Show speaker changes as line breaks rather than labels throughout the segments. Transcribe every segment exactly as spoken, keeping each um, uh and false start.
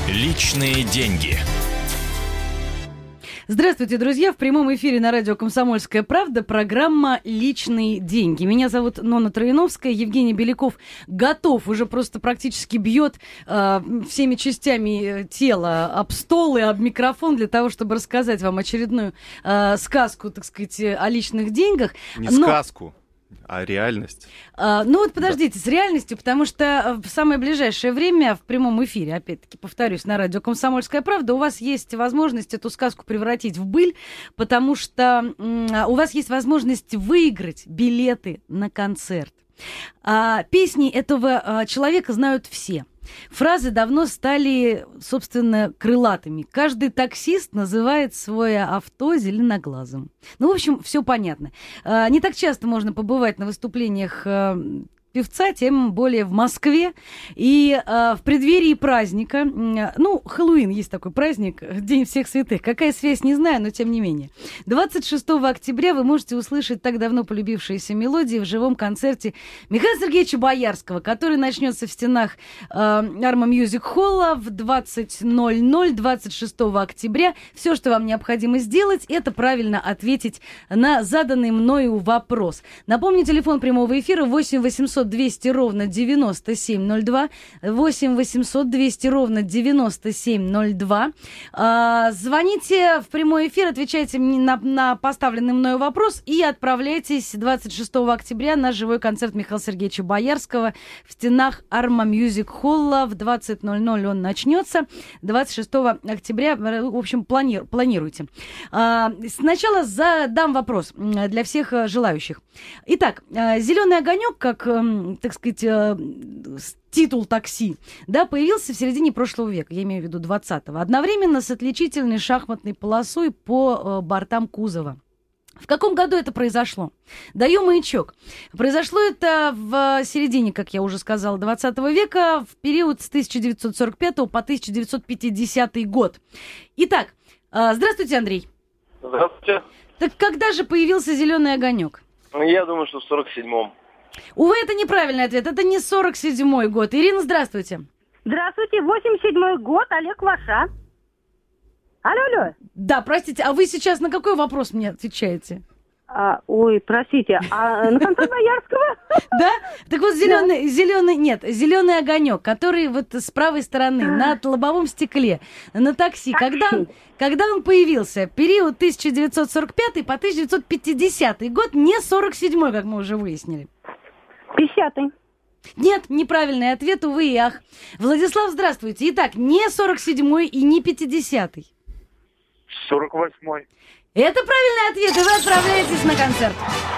Личные деньги.
Здравствуйте, друзья! В прямом эфире на радио «Комсомольская правда» программа «Личные деньги». Меня зовут Нонна Троиновская. Евгений Беляков готов, уже просто практически бьет э, всеми частями тела об стол и об микрофон для того, чтобы рассказать вам очередную э, сказку, так сказать, о личных деньгах.
Не
Но...
сказку, а реальность.
А, ну вот подождите, да. С реальностью, потому что в самое ближайшее время в прямом эфире, опять-таки, повторюсь, на радио «Комсомольская правда», у вас есть возможность эту сказку превратить в быль, потому что м- у вас есть возможность выиграть билеты на концерт. А, песни этого а, человека знают все. Фразы давно стали, собственно, крылатыми. Каждый таксист называет свое авто зеленоглазым. Ну, в общем, все понятно. А, не так часто можно побывать на выступлениях а, певца, тем более в Москве. И э, в преддверии праздника, э, ну, Хэллоуин есть такой праздник, День всех святых. Какая связь, не знаю, но тем не менее. двадцать шестого октября вы можете услышать так давно полюбившиеся мелодии в живом концерте Михаила Сергеевича Боярского, который начнется в стенах э, Арма Мьюзик Холла в двадцать ноль ноль двадцать шестого октября. Все, что вам необходимо сделать, это правильно ответить на заданный мною вопрос. Напомню, телефон прямого эфира восемь восемьсот двести ровно девяносто семь ноль два, восемь восемьсот двести ровно девяносто семь ноль два. А, звоните в прямой эфир, отвечайте на, на поставленный мною вопрос и отправляйтесь двадцать шестого октября на живой концерт Михаила Сергеевича Боярского в стенах Арма Мьюзик Холла. В двадцать ноль ноль он начнется. двадцать шестого октября, в общем, плани, планируйте. А, сначала задам вопрос для всех желающих. Итак, «Зеленый огонек», как, так сказать, титул такси, да, появился в середине прошлого века, я имею в виду двадцатого, одновременно с отличительной шахматной полосой по бортам кузова. В каком году это произошло? Даю маячок. Произошло это в середине, как я уже сказала, двадцатого века, в период с тысяча девятьсот сорок пятого по тысяча девятьсот пятидесятый год. Итак, здравствуйте, Андрей.
Здравствуйте.
Так когда же появился «Зеленый огонек»?
Я думаю, что в сорок седьмом.
Увы, это неправильный ответ. Это не сорок седьмой год. Ирина, здравствуйте.
Здравствуйте. восемьдесят седьмой год. Олег Лоша. Алло, алло.
Да, простите, а вы сейчас на какой вопрос мне отвечаете?
А, ой, простите, а на конце Боярского?
Да? Так вот, зеленый, зеленый, нет, «Зеленый огонек», который вот с правой стороны, на лобовом стекле, на такси, когда он, когда он появился? Период тысяча девятьсот сорок пятый по тысяча девятьсот пятидесятый год, не сорок седьмой, как мы уже выяснили.
пятидесятый.
Нет, неправильный ответ, увы и ах. Владислав, здравствуйте. Итак, не сорок седьмой и не пятидесятый.
сорок восьмой.
Это правильный ответ, и вы отправляетесь на концерт.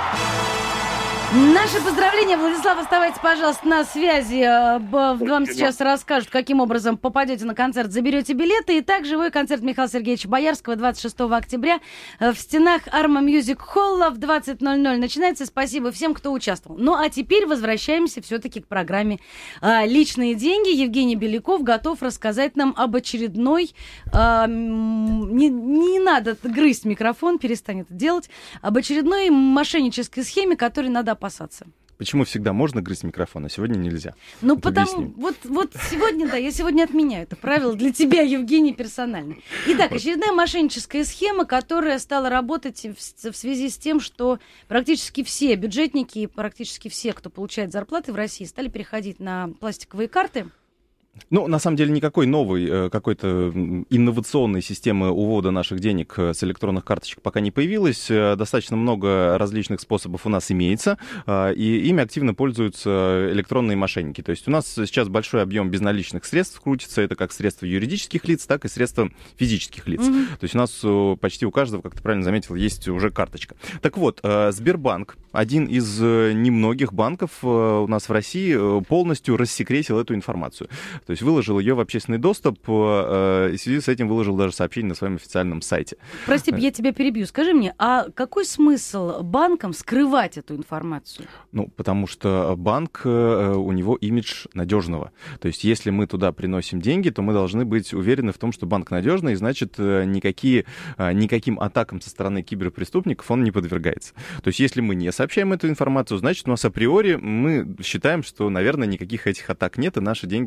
Наши поздравления. Владислав, оставайтесь, пожалуйста, на связи. Вам сейчас расскажут, каким образом попадете на концерт, заберете билеты. И также живой концерт Михаила Сергеевича Боярского двадцать шестого октября в стенах Арма Мьюзик Холла в двадцать ноль ноль начинается. Спасибо всем, кто участвовал. Ну, а теперь возвращаемся все-таки к программе «Личные деньги». Евгений Беляков готов рассказать нам об очередной... Э, не, не надо грызть микрофон, перестань это делать. Об очередной мошеннической схеме, которой надо опасаться.
Почему всегда можно грызть микрофон, а сегодня нельзя?
Ну,
вот
потому... Вот, вот сегодня, да, я сегодня отменяю это правило для тебя, Евгений, персонально. Итак, очередная мошенническая схема, которая стала работать в, в связи с тем, что практически все бюджетники и практически все, кто получает зарплаты в России, стали переходить на пластиковые карты.
Ну, на самом деле, никакой новой, какой-то инновационной системы увода наших денег с электронных карточек пока не появилось. Достаточно много различных способов у нас имеется, и ими активно пользуются электронные мошенники. То есть у нас сейчас большой объем безналичных средств крутится. Это как средства юридических лиц, так и средства физических лиц. Mm-hmm. То есть у нас почти у каждого, как ты правильно заметил, есть уже карточка. Так вот, Сбербанк, один из немногих банков у нас в России, полностью рассекретил эту информацию. То есть выложил ее в общественный доступ, э, и в связи с этим выложил даже сообщение на своем официальном сайте.
Прости, я тебя перебью. Скажи мне, а какой смысл банкам скрывать эту информацию?
Ну, потому что банк, э, у него имидж надежного. То есть если мы туда приносим деньги, то мы должны быть уверены в том, что банк надежный, и значит, э, никакие, э, никаким атакам со стороны киберпреступников он не подвергается. То есть если мы не сообщаем эту информацию, значит, у нас априори мы считаем, что, наверное, никаких этих атак нет, и наши деньги находятся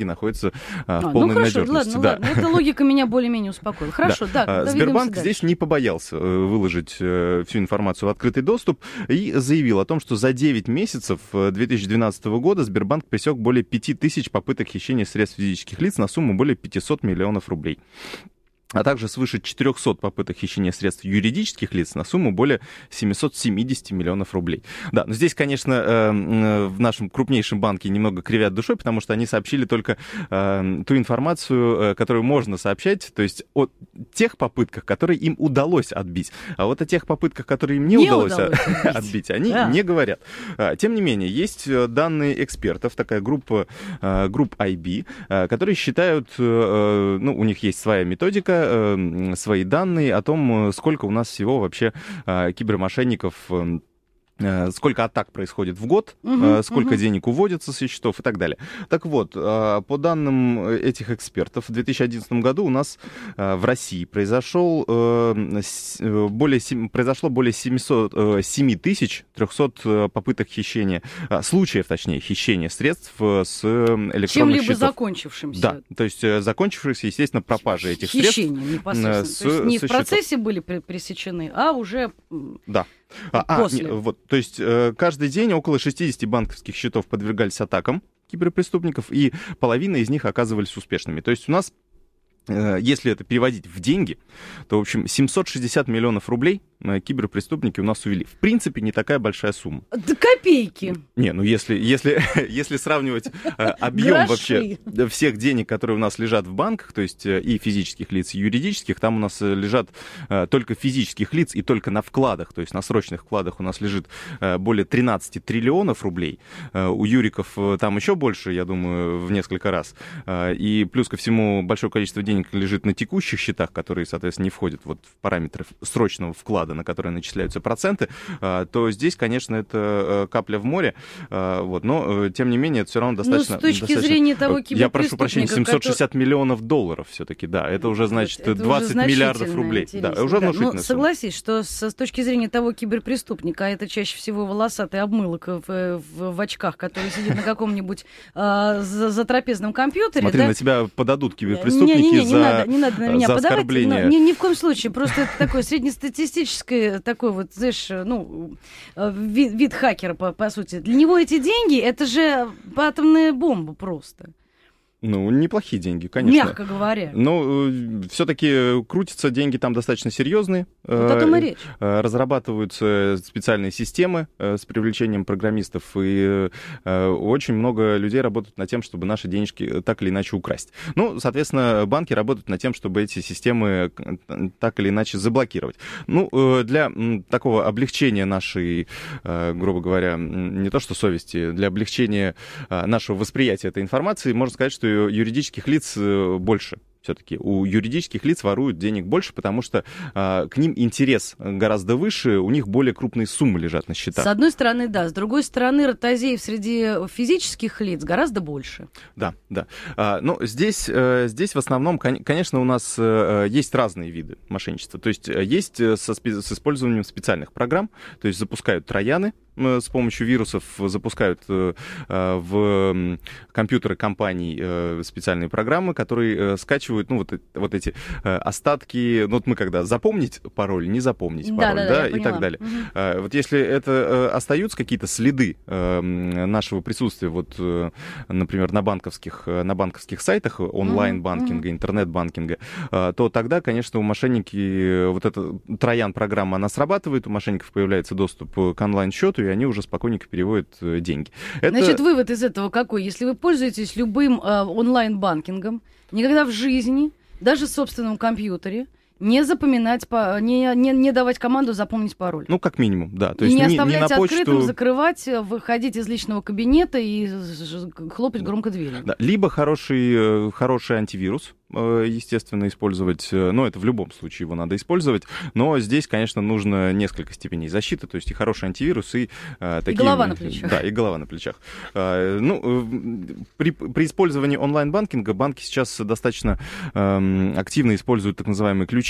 находится а, в
а,
полной
ну, хорошо,
надежности.
Ладно,
да.
ладно, эта логика меня более-менее успокоила. Хорошо, да.
да.
да
Сбербанк здесь не побоялся выложить всю информацию в открытый доступ и заявил о том, что за девять месяцев две тысячи двенадцатого года Сбербанк пресек более пяти тысяч попыток хищения средств физических лиц на сумму более пятисот миллионов рублей. А также свыше четырехсот попыток хищения средств юридических лиц на сумму более семисот семидесяти миллионов рублей. Да, но здесь, конечно, в нашем крупнейшем банке немного кривят душой, потому что они сообщили только ту информацию, которую можно сообщать, то есть о тех попытках, которые им удалось отбить. А вот о тех попытках, которые им не, не удалось, удалось отбить. отбить, они да. не говорят. Тем не менее, есть данные экспертов, такая группа, группа ай би, которые считают, ну, у них есть своя методика, свои данные о том, сколько у нас всего вообще кибермошенников, сколько атак происходит в год, uh-huh, сколько uh-huh. денег уводится со счетов и так далее. Так вот, по данным этих экспертов, в две тысячи одиннадцатом году у нас в России произошел более, произошло более семь тысяч триста попыток хищения, случаев, точнее, хищения средств с электронных
Чем-либо
счетов.
закончившимся.
Да, то есть закончившихся, естественно, пропажей этих
Хищением
средств.
непосредственно. С, то есть не в процессе счетов. Были пресечены, а уже
да. А,
после.
А, не, вот, то есть каждый день около шестидесяти банковских счетов подвергались атакам киберпреступников, и половина из них оказывались успешными. То есть у нас, если это переводить в деньги, то, в общем, семьсот шестьдесят миллионов рублей киберпреступники у нас увели. В принципе, не такая большая сумма.
Да копейки.
Не, ну если, если, если сравнивать объем вообще всех денег, которые у нас лежат в банках, то есть и физических лиц, и юридических, там у нас лежат только физических лиц и только на вкладах, то есть на срочных вкладах у нас лежит более тринадцати триллионов рублей. У юриков там еще больше, я думаю, в несколько раз. И плюс ко всему большое количество денег лежит на текущих счетах, которые, соответственно, не входят вот в параметры срочного вклада, на которые начисляются проценты, то здесь, конечно, это капля в море. Вот, но, тем не менее, это все равно достаточно...
Но с точки
достаточно...
зрения того киберпреступника...
Я прошу прощения, семьсот шестьдесят который... миллионов долларов все-таки, да. Это уже, значит, это двадцать уже миллиардов рублей. Да, уже
да.
внушительно.
Но согласись, что с, с точки зрения того киберпреступника, а это чаще всего волосатый обмылок в, в, в очках, который сидит на каком-нибудь а, за, за трапезном компьютере.
Смотри,
да?
на тебя подадут киберпреступники
не, не, не,
за,
не надо, не надо на меня
за
подавать.
оскорбление.
Ни, ни в коем случае. Просто это такое среднестатистическое, такой вот, знаешь, ну, вид, вид хакера, по, по сути. Для него эти деньги, это же атомная бомба просто.
Ну, неплохие деньги, конечно.
Мягко говоря.
Но все-таки крутятся деньги там достаточно серьезные.
Вот о том и речь.
Разрабатываются специальные системы с привлечением программистов, и очень много людей работают над тем, чтобы наши денежки так или иначе украсть. Ну, соответственно, банки работают над тем, чтобы эти системы так или иначе заблокировать. Ну, для такого облегчения нашей, грубо говоря, не то что совести, для облегчения нашего восприятия этой информации, можно сказать, что юридических лиц больше. Все-таки у юридических лиц воруют денег больше, потому что а, к ним интерес гораздо выше, у них более крупные суммы лежат на счетах.
С одной стороны, да. С другой стороны, ротозеев среди физических лиц гораздо больше.
Да, да. А, ну, здесь, здесь в основном, конечно, у нас есть разные виды мошенничества. То есть есть со, с использованием специальных программ, то есть запускают трояны, с помощью вирусов запускают в компьютеры компаний специальные программы, которые скачивают, ну, вот, вот эти остатки, ну, вот мы когда запомнить пароль, не запомнить
да,
пароль,
да,
да,
да,
и
поняла.
так далее.
Угу.
Вот если это остаются какие-то следы нашего присутствия, вот, например, на банковских, на банковских сайтах онлайн-банкинга, угу. интернет-банкинга, то тогда, конечно, у мошенники, вот эта троян-программа, она срабатывает, у мошенников появляется доступ к онлайн-счету, и они уже спокойненько переводят деньги. Это...
Значит, вывод из этого какой? Если вы пользуетесь любым э, онлайн-банкингом, никогда в жизни, даже в собственном компьютере, не запоминать, по, не, не, не давать команду запомнить пароль.
Ну, как минимум, да. То
и
есть
не
не,
оставлять
не на почту...
открытым, закрывать, выходить из личного кабинета и хлопать громко дверью.
Да. Либо хороший, хороший антивирус, естественно, использовать, но это в любом случае его надо использовать, но здесь, конечно, нужно несколько степеней защиты, то есть и хороший антивирус, и, э, такие...
И голова на плечах.
Да, и голова на плечах. Э, ну, при, при использовании онлайн-банкинга банки сейчас достаточно э, активно используют так называемые ключи,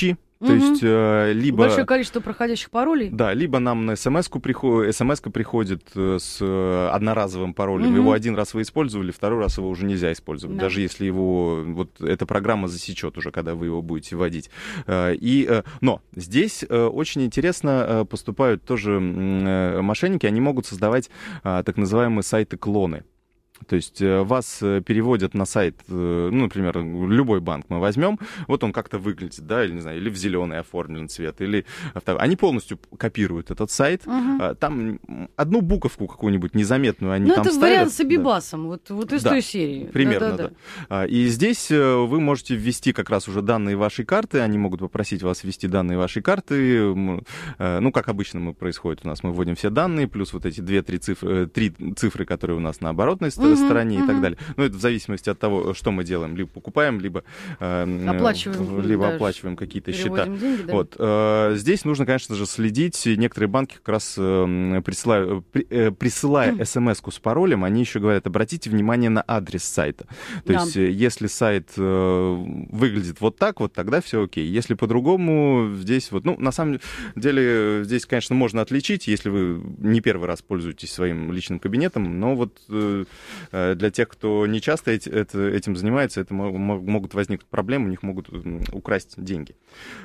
То есть э, либо...
Большое количество проходящих паролей?
Да, либо нам на смс-ку приходит, смс-ка приходит с одноразовым паролем.
Угу.
Его один раз вы использовали, второй раз его уже нельзя использовать.
Да.
Даже если его... Вот эта программа засечет уже, когда вы его будете вводить. И, но здесь очень интересно поступают тоже мошенники. Они могут создавать так называемые сайты-клоны. То есть вас переводят на сайт, ну, например, любой банк мы возьмем, вот он как-то выглядит, да, или, не знаю, или в зеленый оформлен цвет, или... Они полностью копируют этот сайт, угу. Там одну буковку какую-нибудь незаметную они
ну,
там ставят.
Ну, это вариант с Абибасом, да. вот, вот из
да,
той серии.
Примерно, да,
да,
да. да. И здесь вы можете ввести как раз уже данные вашей карты, они могут попросить вас ввести данные вашей карты, ну, как обычно мы происходит у нас, мы вводим все данные, плюс вот эти две-три цифры, три цифры, которые у нас на оборотной стороне, Uh-huh, стороне uh-huh. и так далее. Ну, это в зависимости от того, что мы делаем. Либо покупаем, либо, э,
оплачиваем,
либо
да,
оплачиваем какие-то счета.
Деньги, да.
Вот. Э, здесь нужно, конечно же, следить. Некоторые банки как раз э, присылая, при, э, присылая uh-huh. смс-ку с паролем, они еще говорят, обратите внимание на адрес сайта. То да. есть, если сайт э, выглядит вот так, вот тогда все окей. Если по-другому, здесь вот, ну, на самом деле, здесь, конечно, можно отличить, если вы не первый раз пользуетесь своим личным кабинетом, но вот э, для тех, кто не часто этим занимается, это могут возникнуть проблемы, у них могут украсть деньги.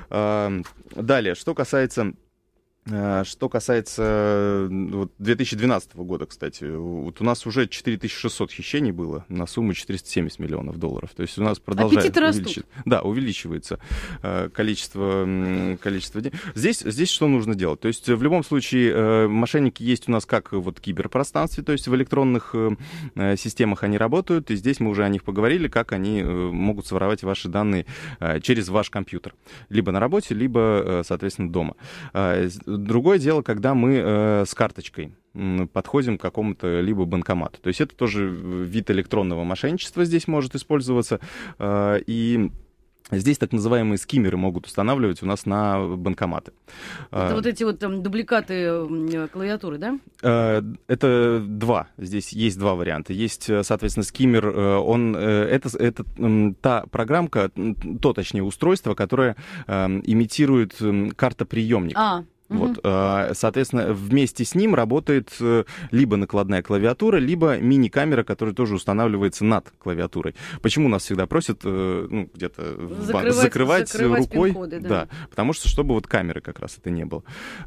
Далее, что касается... Что касается вот, две тысячи двенадцатого года, кстати, вот у нас уже четыре тысячи шестьсот хищений было на сумму четыреста семьдесят миллионов долларов. То есть у нас продолжает увеличиваться, да, увеличивается количество, количество денег. Здесь, здесь что нужно делать? То есть в любом случае мошенники есть у нас как вот в киберпространстве, то есть в электронных системах они работают, и здесь мы уже о них поговорили, как они могут своровать ваши данные через ваш компьютер. Либо на работе, либо, соответственно, дома. Другое дело, когда мы э, с карточкой подходим к какому-то либо банкомату. То есть это тоже вид электронного мошенничества здесь может использоваться. Э, и здесь так называемые скиммеры могут устанавливать у нас на банкоматы.
Это а, вот эти вот там дубликаты клавиатуры, да?
Это два. Здесь есть два варианта. Есть, соответственно, скиммер. Он, это, это та программка, то, точнее, устройство, которое имитирует картоприемник.
А.
Вот, соответственно, вместе с ним работает либо накладная клавиатура, либо мини-камера, которая тоже устанавливается над клавиатурой. Почему нас всегда просят ну, где-то закрывать, закрывать, закрывать рукой? Пин-коды, да. Да, потому что, чтобы вот камеры как раз это не было.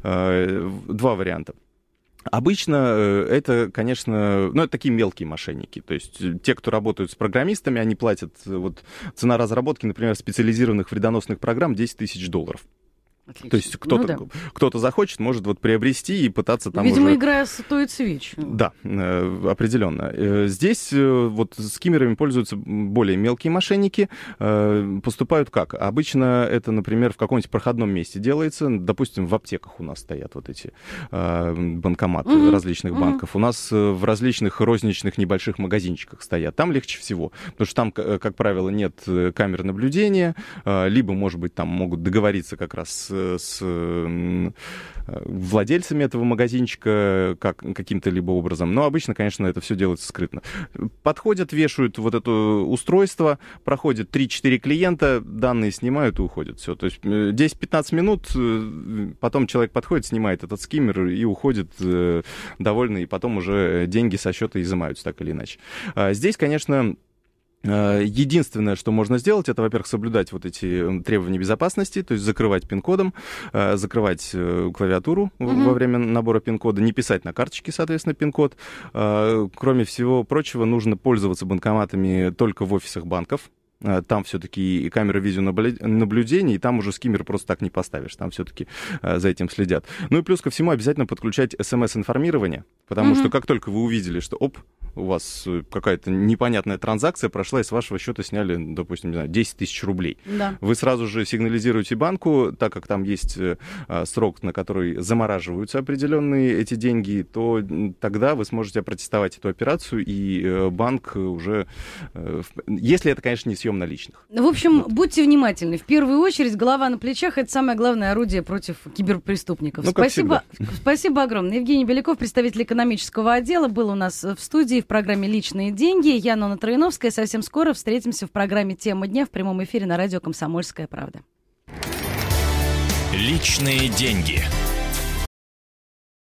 Два варианта. Обычно это, конечно, ну, это такие мелкие мошенники. То есть те, кто работают с программистами, они платят, вот цена разработки, например, специализированных вредоносных программ десять тысяч долларов. Отлично. То есть кто-то, ну, да. кто-то захочет, может вот приобрести и пытаться там
Видимо,
уже...
игра стоит свеч.
Да, определенно. Здесь вот скиммерами пользуются более мелкие мошенники. Поступают как? Обычно это, например, в каком-нибудь проходном месте делается. Допустим, в аптеках у нас стоят вот эти банкоматы mm-hmm. различных mm-hmm. банков. У нас в различных розничных небольших магазинчиках стоят. Там легче всего, потому что там, как правило, нет камер наблюдения, либо, может быть, там могут договориться как раз с владельцами этого магазинчика как, каким-то либо образом. Но обычно, конечно, это все делается скрытно. Подходят, вешают вот это устройство, проходит три-четыре клиента, данные снимают и уходят. Все. То есть десять-пятнадцать минут, потом человек подходит, снимает этот скиммер и уходит довольный, и потом уже деньги со счета изымаются так или иначе. Здесь, конечно... Единственное, что можно сделать, это, во-первых, соблюдать вот эти требования безопасности, то есть закрывать пин-кодом, закрывать клавиатуру mm-hmm. во время набора пин-кода, не писать на карточке, соответственно, пин-код. Кроме всего прочего, нужно пользоваться банкоматами только в офисах банков. Там все-таки камера видеонаблюдения, и там уже скиммер просто так не поставишь. Там все-таки за этим следят. Ну и плюс ко всему обязательно подключать смс-информирование, потому mm-hmm. что как только вы увидели, что оп, у вас какая-то непонятная транзакция прошла, и с вашего счета сняли, допустим, не знаю, десять тысяч рублей. Да. Вы сразу же сигнализируете банку, так как там есть срок, на который замораживаются определенные эти деньги, то тогда вы сможете опротестовать эту операцию, и банк уже... Если это, конечно, не съем наличных.
В общем, вот. Будьте внимательны. В первую очередь, голова на плечах — это самое главное орудие против киберпреступников. Ну, спасибо, спасибо огромное. Евгений Беляков, представитель экономического отдела, был у нас в студии в программе «Личные деньги». Я Нонна Троиновская. Совсем скоро встретимся в программе «Тема дня» в прямом эфире на радио «Комсомольская правда».
Личные деньги.